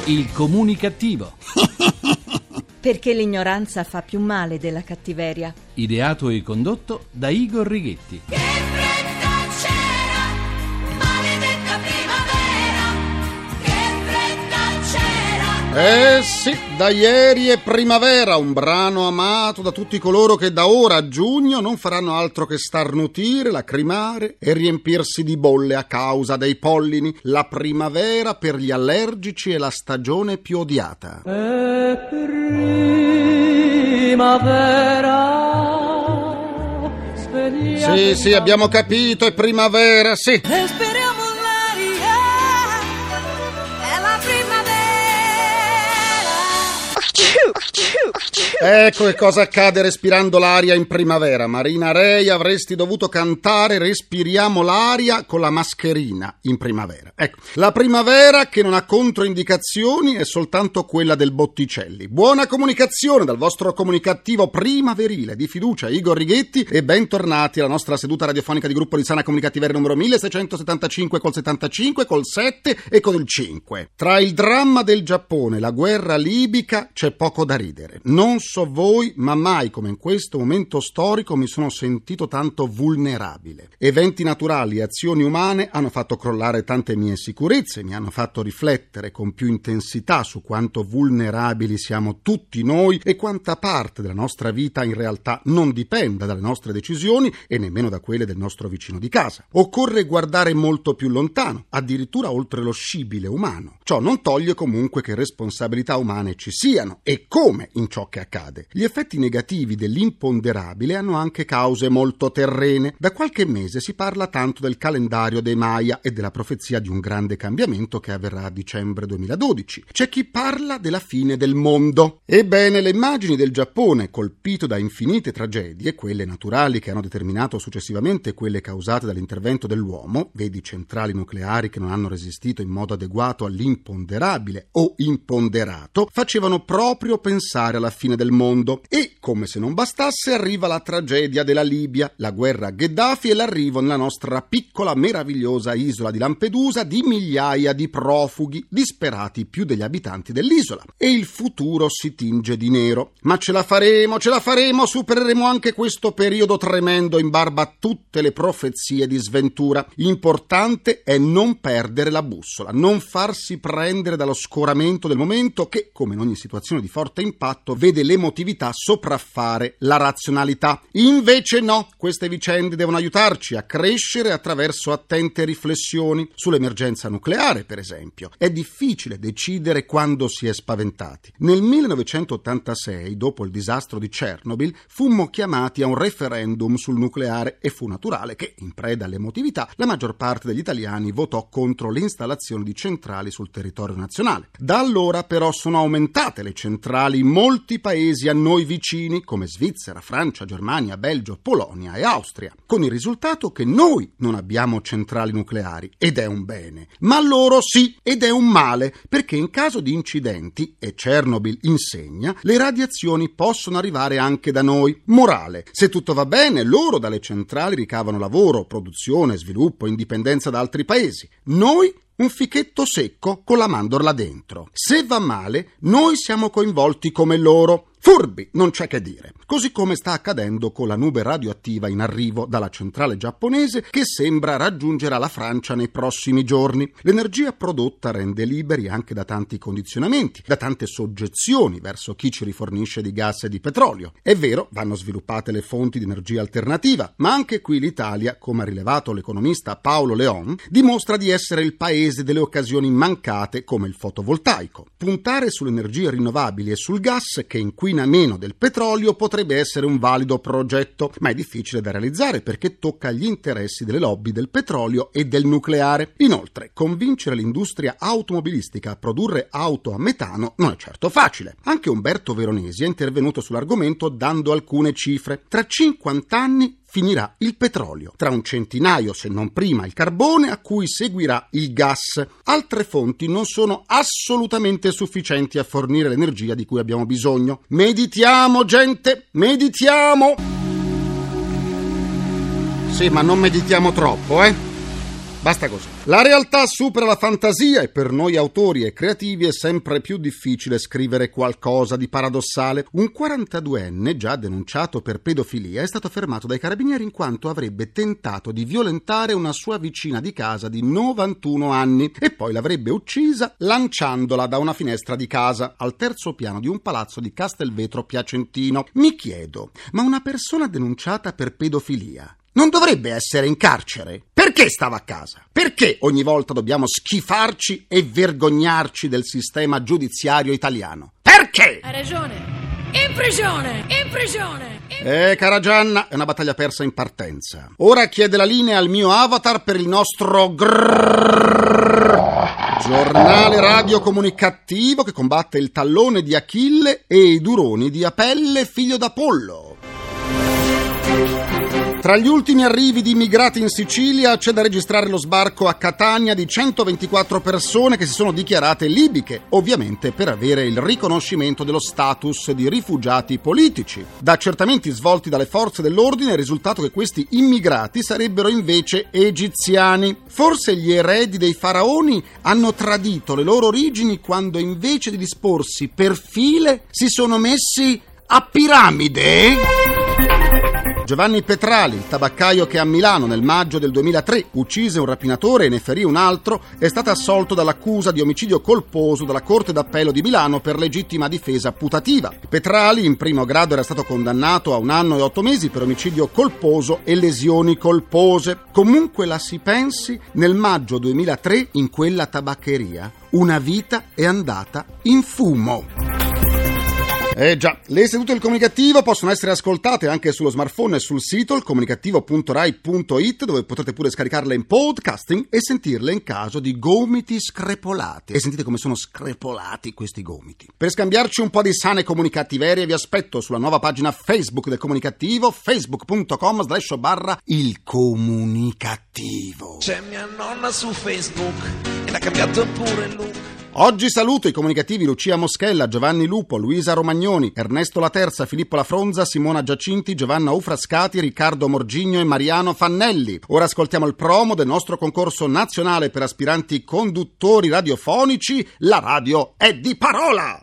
Il comunicativo. Perché l'ignoranza fa più male della cattiveria. Ideato e condotto da Igor Righetti. Che fretta c'era, maledetta primavera, che fretta c'era. Sì, da ieri è primavera, un brano amato da tutti coloro che da ora a giugno non faranno altro che starnutire, lacrimare e riempirsi di bolle a causa dei pollini. La primavera per gli allergici è la stagione più odiata. Primavera. Sì, abbiamo capito, è primavera, sì. Respiriamo l'aria, è la primavera. Ecco che cosa accade respirando l'aria in primavera. Marina Rei, avresti dovuto cantare Respiriamo l'aria con la mascherina in primavera. Ecco, la primavera che non ha controindicazioni è soltanto quella del Botticelli. Buona comunicazione dal vostro comunicativo primaverile di fiducia Igor Righetti e bentornati alla nostra seduta radiofonica di gruppo di sana comunicativeria numero 1675 col 75, col 7 e con il 5. Tra il dramma del Giappone e la guerra libica c'è poco da ridere. Non so voi, ma mai come in questo momento storico mi sono sentito tanto vulnerabile. Eventi naturali e azioni umane hanno fatto crollare tante mie sicurezze, mi hanno fatto riflettere con più intensità su quanto vulnerabili siamo tutti noi e quanta parte della nostra vita in realtà non dipenda dalle nostre decisioni e nemmeno da quelle del nostro vicino di casa. Occorre guardare molto più lontano, addirittura oltre lo scibile umano. Ciò non toglie comunque che responsabilità umane ci siano e come in ciò che accade. Gli effetti negativi dell'imponderabile hanno anche cause molto terrene. Da qualche mese si parla tanto del calendario dei Maya e della profezia di un grande cambiamento che avverrà a dicembre 2012. C'è chi parla della fine del mondo. Ebbene, le immagini del Giappone, colpito da infinite tragedie, quelle naturali che hanno determinato successivamente quelle causate dall'intervento dell'uomo, vedi centrali nucleari che non hanno resistito in modo adeguato all'imponderabile o imponderato, facevano proprio pensare alla fine del mondo. E, come se non bastasse, arriva la tragedia della Libia, la guerra a Gheddafi e l'arrivo nella nostra piccola meravigliosa isola di Lampedusa di migliaia di profughi, disperati più degli abitanti dell'isola. E il futuro si tinge di nero. Ma ce la faremo, supereremo anche questo periodo tremendo in barba a tutte le profezie di sventura. Importante è non perdere la bussola, non farsi prendere dallo scoramento del momento che, come in ogni situazione di forte impatto, vede l'emotività sopraffare la razionalità. Invece no, queste vicende devono aiutarci a crescere attraverso attente riflessioni sull'emergenza nucleare, per esempio. È difficile decidere quando si è spaventati. Nel 1986, dopo il disastro di Chernobyl, fummo chiamati a un referendum sul nucleare e fu naturale che, in preda all'emotività, la maggior parte degli italiani votò contro l'installazione di centrali sul territorio nazionale. Da allora però sono aumentate le centrali in molti paesi a noi vicini come Svizzera, Francia, Germania, Belgio, Polonia e Austria, con il risultato che noi non abbiamo centrali nucleari ed è un bene, ma loro sì ed è un male, perché in caso di incidenti, e Chernobyl insegna, le radiazioni possono arrivare anche da noi. Morale: se tutto va bene, loro dalle centrali ricavano lavoro, produzione, sviluppo, indipendenza da altri paesi. Noi un fichetto secco con la mandorla dentro. Se va male, noi siamo coinvolti come loro. Furbi, non c'è che dire. Così come sta accadendo con la nube radioattiva in arrivo dalla centrale giapponese che sembra raggiungerà la Francia nei prossimi giorni. L'energia prodotta rende liberi anche da tanti condizionamenti, da tante soggezioni verso chi ci rifornisce di gas e di petrolio. È vero, vanno sviluppate le fonti di energia alternativa, ma anche qui l'Italia, come ha rilevato l'economista Paolo Leon, dimostra di essere il paese delle occasioni mancate come il fotovoltaico. Puntare sulle energie rinnovabili e sul gas, che inquina meno del petrolio, potrebbe essere un valido progetto, ma è difficile da realizzare perché tocca gli interessi delle lobby del petrolio e del nucleare. Inoltre, convincere l'industria automobilistica a produrre auto a metano non è certo facile. Anche Umberto Veronesi è intervenuto sull'argomento dando alcune cifre. Tra 50 anni finirà il petrolio, tra un centinaio se non prima il carbone, a cui seguirà il gas. Altre fonti non sono assolutamente sufficienti a fornire l'energia di cui abbiamo bisogno. Meditiamo, gente, meditiamo! Sì, ma non meditiamo troppo, Basta così. La realtà supera la fantasia e per noi autori e creativi è sempre più difficile scrivere qualcosa di paradossale. Un 42enne, già denunciato per pedofilia, è stato fermato dai carabinieri in quanto avrebbe tentato di violentare una sua vicina di casa di 91 anni e poi l'avrebbe uccisa lanciandola da una finestra di casa al terzo piano di un palazzo di Castelvetro Piacentino. Mi chiedo, ma una persona denunciata per pedofilia non dovrebbe essere in carcere? Perché stava a casa? Perché ogni volta dobbiamo schifarci e vergognarci del sistema giudiziario italiano? Perché? Hai ragione. In prigione! In prigione! Cara Gianna, è una battaglia persa in partenza. Ora chiede la linea al mio avatar per il nostro giornale radio comunicativo che combatte il tallone di Achille e i duroni di Apelle, figlio d'Apollo. Tra gli ultimi arrivi di immigrati in Sicilia c'è da registrare lo sbarco a Catania di 124 persone che si sono dichiarate libiche, ovviamente per avere il riconoscimento dello status di rifugiati politici. Da accertamenti svolti dalle forze dell'ordine è il risultato che questi immigrati sarebbero invece egiziani. Forse gli eredi dei faraoni hanno tradito le loro origini quando invece di disporsi per file si sono messi a piramide? Giovanni Petrali, il tabaccaio che a Milano nel maggio del 2003 uccise un rapinatore e ne ferì un altro, è stato assolto dall'accusa di omicidio colposo dalla Corte d'Appello di Milano per legittima difesa putativa. Petrali in primo grado era stato condannato a 1 anno e 8 mesi per omicidio colposo e lesioni colpose. Comunque la si pensi, nel maggio 2003 in quella tabaccheria una vita è andata in fumo. Già, le sedute del Comunicativo possono essere ascoltate anche sullo smartphone e sul sito ilcomunicativo.rai.it, dove potrete pure scaricarle in podcasting e sentirle in caso di gomiti screpolati. E sentite come sono screpolati questi gomiti. Per scambiarci un po' di sane comunicattiverie vi aspetto sulla nuova pagina Facebook del Comunicativo, facebook.com/ilcomunicativo. C'è mia nonna su Facebook e l'ha cambiato pure il look. Oggi saluto i comunicativi Lucia Moschella, Giovanni Lupo, Luisa Romagnoni, Ernesto Laterza, Filippo Lafronza, Simona Giacinti, Giovanna Ufrascati, Riccardo Morgigno e Mariano Fannelli. Ora ascoltiamo il promo del nostro concorso nazionale per aspiranti conduttori radiofonici. La radio è di parola!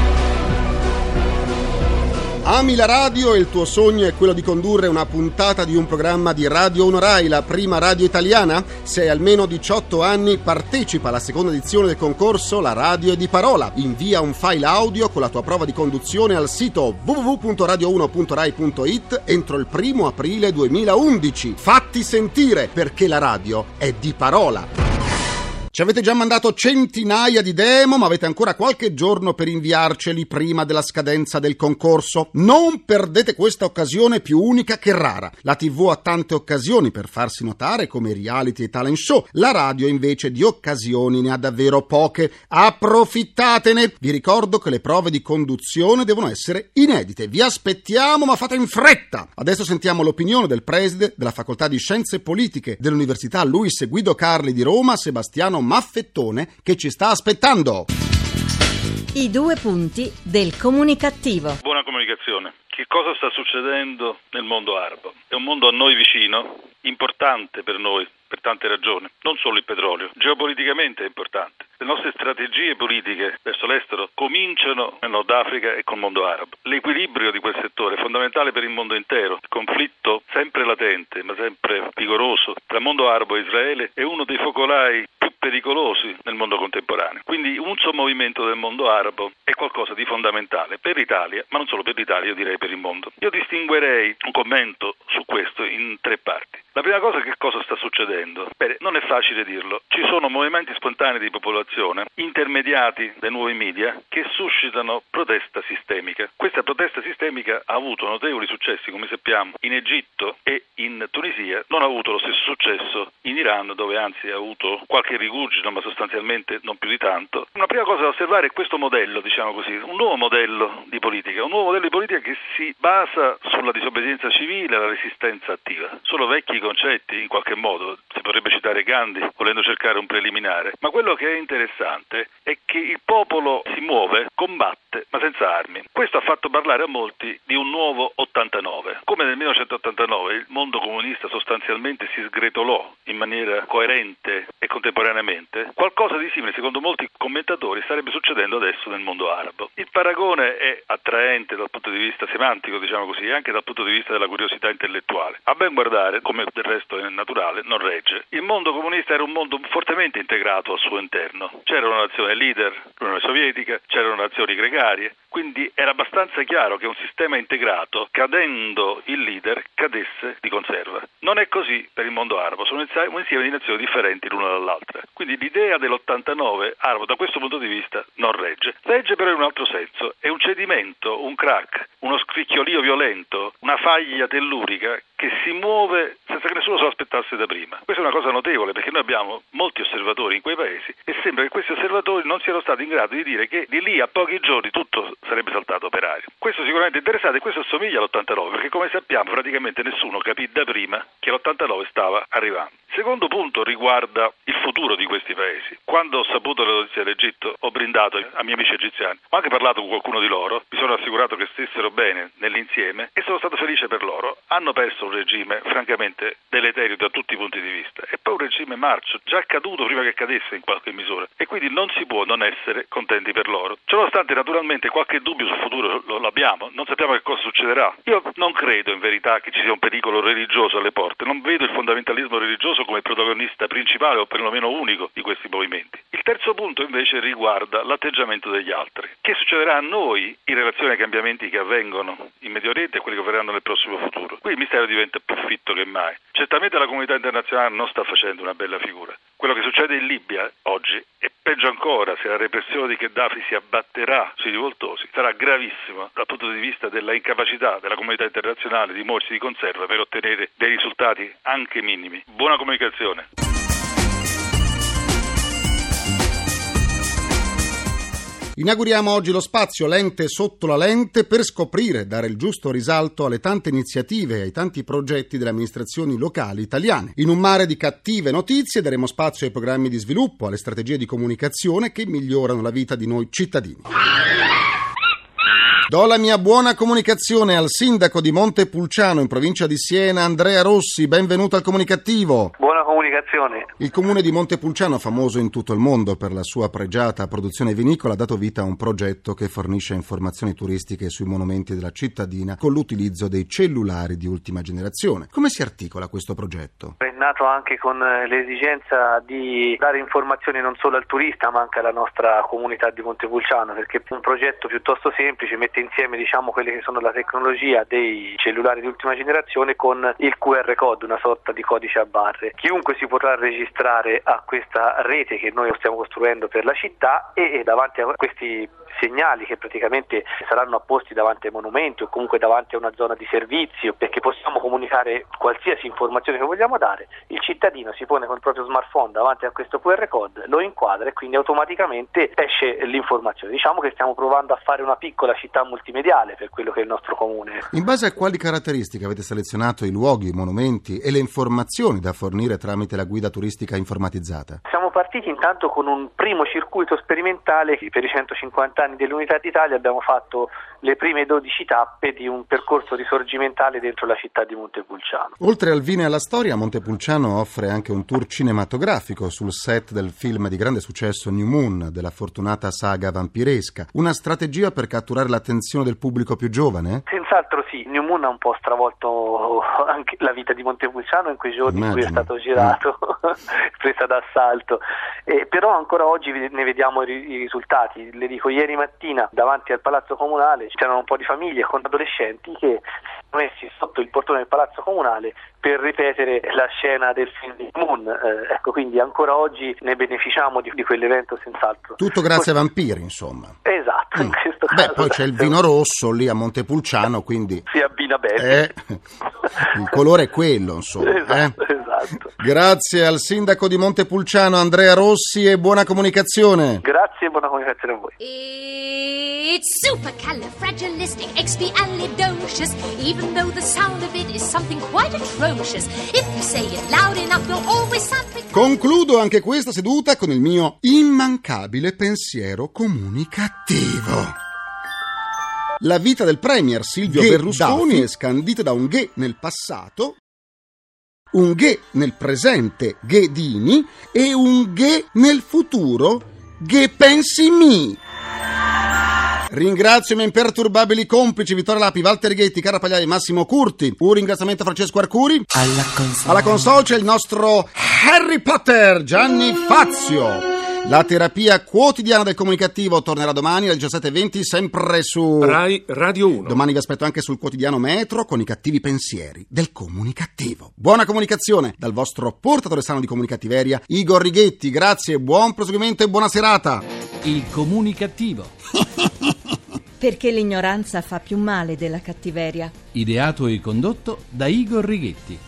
Ami la radio e il tuo sogno è quello di condurre una puntata di un programma di Radio 1 Rai, la prima radio italiana? Se hai almeno 18 anni, partecipa alla seconda edizione del concorso La radio è di parola. Invia un file audio con la tua prova di conduzione al sito www.radio1.rai.it entro il 1 aprile 2011. Fatti sentire, perché la radio è di parola. Ci avete già mandato centinaia di demo, ma avete ancora qualche giorno per inviarceli prima della scadenza del concorso. Non perdete questa occasione più unica che rara. La TV ha tante occasioni per farsi notare come reality e talent show. La radio invece di occasioni ne ha davvero poche. Approfittatene! Vi ricordo che le prove di conduzione devono essere inedite. Vi aspettiamo, ma fate in fretta! Adesso sentiamo l'opinione del preside della Facoltà di Scienze Politiche dell'Università Luis Guido Carli di Roma, Sebastiano Maffettone, che ci sta aspettando. I 2 punti del comunicativo. Buona comunicazione. Che cosa sta succedendo nel mondo arabo? È un mondo a noi vicino, importante per noi, per tante ragioni, non solo il petrolio, geopoliticamente è importante. Le nostre strategie politiche verso l'estero cominciano nel Nord Africa e col mondo arabo. L'equilibrio di quel settore è fondamentale per il mondo intero. Il conflitto sempre latente, ma sempre vigoroso, tra mondo arabo e Israele è uno dei focolai più pericolosi nel mondo contemporaneo. Quindi un sommovimento del mondo arabo è qualcosa di fondamentale per l'Italia, ma non solo per l'Italia, io direi per il mondo. Io distinguerei un commento su questo in 3 parti. La prima cosa, che cosa sta succedendo? Beh, non è facile dirlo. Ci sono movimenti spontanei di popolazione, intermediati dai nuovi media, che suscitano protesta sistemica. Questa protesta sistemica ha avuto notevoli successi, come sappiamo, in Egitto e in Tunisia. Non ha avuto lo stesso successo in Iran, dove anzi ha avuto qualche rigurgito, ma sostanzialmente non più di tanto. Una prima cosa da osservare è questo modello, diciamo così, un nuovo modello di politica che si basa sulla disobbedienza civile e la resistenza attiva. Sono vecchi concetti, in qualche modo, si potrebbe citare Gandhi, volendo cercare un preliminare, ma quello che è interessante è che il popolo si muove, combatte, ma senza armi. Questo ha fatto parlare a molti di un nuovo 89. come nel 1989 il mondo comunista sostanzialmente si sgretolò in maniera coerente e contemporaneamente, qualcosa di simile, secondo molti commentatori, starebbe succedendo adesso nel mondo arabo. Il paragone è attraente dal punto di vista semantico, diciamo così, e anche dal punto di vista della curiosità intellettuale. A ben guardare, come del resto è naturale, non regge. Il mondo comunista era un mondo fortemente integrato al suo interno. C'era una nazione leader, l'Unione Sovietica, c'erano nazioni gregarie, quindi era abbastanza chiaro che un sistema integrato, cadendo il leader, cadesse di conserva. Non è così per il mondo arabo, sono un insieme di nazioni differenti l'una dall'altra. Quindi l'idea dell'89 arabo da questo punto di vista non regge. Regge però in un altro senso, è un cedimento, un crack, uno scricchiolio violento, una faglia tellurica che si muove senza che nessuno se lo aspettasse da prima. Questa è una cosa notevole perché noi abbiamo molti osservatori in quei paesi e sembra che questi osservatori non siano stati in grado di dire che di lì a pochi giorni tutto sarebbe saltato per aria. Questo sicuramente è interessante e questo assomiglia all'89 perché come sappiamo praticamente nessuno capì da prima che l'89 stava arrivando. Il secondo punto riguarda il futuro di questi paesi. Quando ho saputo le notizie dell'Egitto ho brindato a miei amici egiziani, ho anche parlato con qualcuno di loro, mi sono assicurato che stessero bene nell'insieme e sono stato felice per loro. Hanno perso un regime francamente deleterio da tutti i punti di vista e poi un regime marcio, già caduto prima che cadesse in qualche misura e quindi non si può non essere contenti per loro. Ciononostante naturalmente qualche dubbio sul futuro lo abbiamo, non sappiamo che cosa succederà. Io non credo in verità che ci sia un pericolo religioso alle porte, non vedo il fondamentalismo religioso come protagonista principale o perlomeno unico di questi movimenti. Il terzo punto invece riguarda l'atteggiamento degli altri. Che succederà a noi in relazione ai cambiamenti che avvengono in Medio Oriente e quelli che avverranno nel prossimo futuro? Qui il mistero diventa più fitto che mai. Certamente la comunità internazionale non sta facendo una bella figura. Quello che succede in Libia oggi e peggio ancora se la repressione di Gheddafi si abbatterà sui rivoltosi sarà gravissimo dal punto di vista della incapacità della comunità internazionale di muoversi di conserva per ottenere dei risultati anche minimi. Buona comunicazione. Inauguriamo oggi lo spazio Lente sotto la lente per scoprire e dare il giusto risalto alle tante iniziative e ai tanti progetti delle amministrazioni locali italiane. In un mare di cattive notizie daremo spazio ai programmi di sviluppo, alle strategie di comunicazione che migliorano la vita di noi cittadini. Do la mia buona comunicazione al sindaco di Montepulciano in provincia di Siena, Andrea Rossi. Benvenuto al Comunicativo. Buona comunicazione. Il comune di Montepulciano, famoso in tutto il mondo per la sua pregiata produzione vinicola, ha dato vita a un progetto che fornisce informazioni turistiche sui monumenti della cittadina con l'utilizzo dei cellulari di ultima generazione. Come si articola questo progetto? È nato anche con l'esigenza di dare informazioni non solo al turista ma anche alla nostra comunità di Montepulciano, perché è un progetto piuttosto semplice, mette insieme quelle che sono la tecnologia dei cellulari di ultima generazione con il QR code, una sorta di codice a barre. Chiunque si potrà registrare a questa rete che noi stiamo costruendo per la città e davanti a questi segnali che praticamente saranno apposti davanti ai monumenti o comunque davanti a una zona di servizio, perché possiamo comunicare qualsiasi informazione che vogliamo dare, il cittadino si pone con il proprio smartphone davanti a questo QR code, lo inquadra e quindi automaticamente esce l'informazione. Diciamo che stiamo provando a fare una piccola città multimediale per quello che è il nostro comune. In base a quali caratteristiche avete selezionato i luoghi, i monumenti e le informazioni da fornire tramite la guida turistica informatizzata? Siamo partiti intanto con un primo circuito sperimentale per i 150 anni dell'Unità d'Italia. Abbiamo fatto le prime 12 tappe di un percorso risorgimentale dentro la città di Montepulciano. Oltre al vino e alla storia, Montepulciano offre anche un tour cinematografico sul set del film di grande successo New Moon, della fortunata saga vampiresca. Una strategia per catturare l'attenzione del pubblico più giovane? Senz'altro sì, New Moon ha un po' stravolto anche la vita di Montepulciano in quei giorni in cui è stato girato, presa d'assalto. Però ancora oggi ne vediamo i risultati. Le dico, ieri mattina davanti al Palazzo Comunale c'erano un po' di famiglie con adolescenti che sono messi sotto il portone del Palazzo Comunale per ripetere la scena del film di Moon. Quindi ancora oggi ne beneficiamo di quell'evento senz'altro. Tutto grazie ai vampiri, insomma. Esatto, in questo caso. Poi c'è il vino rosso lì a Montepulciano, quindi si abbina bene. Il colore è quello, insomma. Esatto. Grazie al sindaco di Montepulciano Andrea Rossi e buona comunicazione. Grazie e buona comunicazione a voi. It's supercalifragilisticexpialidocious, even though the sound of it is something quite atrocious. If you say it loud enough, you'll always sound... Concludo anche questa seduta con il mio immancabile pensiero comunicativo. La vita del premier Silvio Berlusconi è scandita da un gay nel passato, un gay nel presente, Ghedini, e un gay nel futuro, Ghe pensi mi. Ringrazio i miei imperturbabili complici Vittorio Lapi, Walter Ghetti, Cara Pagliai e Massimo Curti. Un ringraziamento a Francesco Arcuri. Alla console c'è il nostro Harry Potter, Gianni Fazio. La terapia quotidiana del comunicativo tornerà domani alle 17:20, sempre su Rai Radio 1. Domani vi aspetto anche sul quotidiano Metro con i cattivi pensieri del comunicativo. Buona comunicazione dal vostro portatore sano di comunicattiveria, Igor Righetti. Grazie, buon proseguimento e buona serata. Il comunicativo. Perché l'ignoranza fa più male della cattiveria. Ideato e condotto da Igor Righetti.